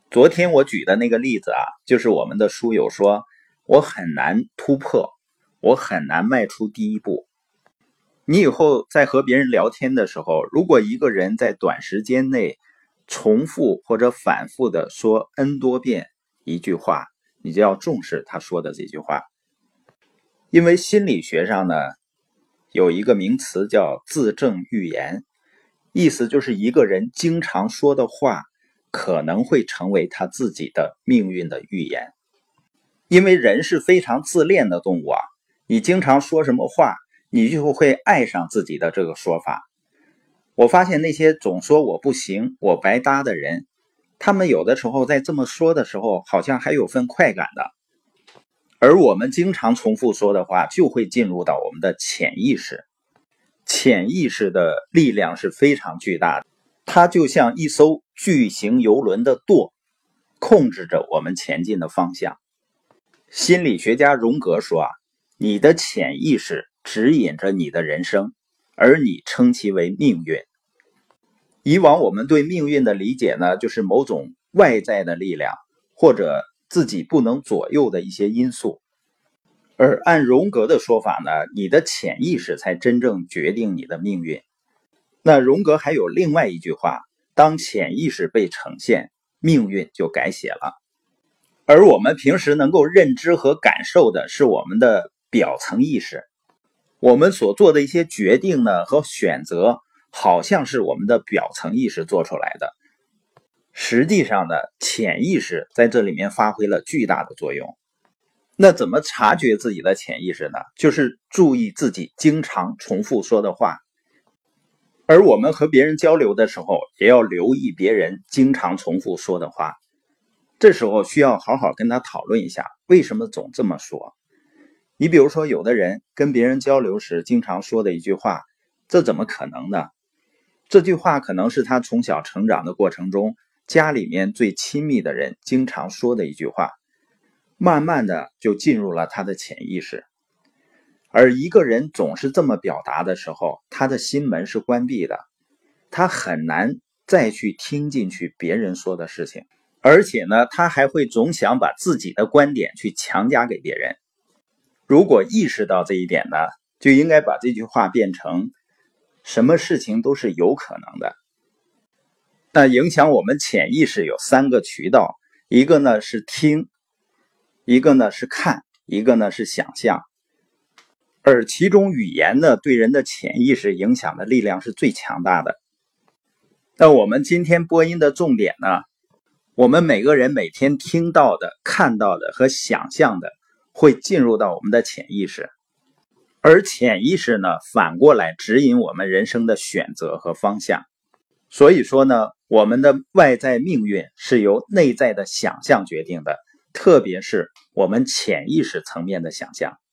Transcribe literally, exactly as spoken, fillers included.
昨天我举的那个例子啊，就是我们的书友说，我很难突破，我很难迈出第一步。你以后在和别人聊天的时候，如果一个人在短时间内重复或者反复的说 N 多遍一句话，你就要重视他说的这句话。因为心理学上呢，有一个名词叫自证预言，意思就是一个人经常说的话可能会成为他自己的命运的预言。因为人是非常自恋的动物啊，你经常说什么话，你就会爱上自己的这个说法。我发现那些总说我不行，我白搭的人，他们有的时候在这么说的时候，好像还有份快感的。而我们经常重复说的话，就会进入到我们的潜意识。潜意识的力量是非常巨大的，它就像一艘巨型游轮的舵，控制着我们前进的方向。心理学家荣格说啊，你的潜意识指引着你的人生，而你称其为命运。以往我们对命运的理解呢，就是某种外在的力量，或者自己不能左右的一些因素。而按荣格的说法呢，你的潜意识才真正决定你的命运。那荣格还有另外一句话，当潜意识被呈现，命运就改写了。而我们平时能够认知和感受的是我们的表层意识，我们所做的一些决定呢和选择，好像是我们的表层意识做出来的。实际上呢，潜意识在这里面发挥了巨大的作用。那怎么察觉自己的潜意识呢？就是注意自己经常重复说的话。而我们和别人交流的时候，也要留意别人经常重复说的话。这时候需要好好跟他讨论一下，为什么总这么说。你比如说，有的人跟别人交流时经常说的一句话，这怎么可能呢？这句话可能是他从小成长的过程中，家里面最亲密的人经常说的一句话，慢慢的就进入了他的潜意识。而一个人总是这么表达的时候，他的心门是关闭的，他很难再去听进去别人说的事情。而且呢，他还会总想把自己的观点去强加给别人。如果意识到这一点呢，就应该把这句话变成什么事情都是有可能的。那影响我们潜意识有三个渠道，一个呢是听，一个呢是看，一个呢是想象。而其中语言呢，对人的潜意识影响的力量是最强大的。那我们今天播音的重点呢，我们每个人每天听到的、看到的和想象的会进入到我们的潜意识，而潜意识呢，反过来指引我们人生的选择和方向。所以说呢，我们的外在命运是由内在的想象决定的，特别是我们潜意识层面的想象。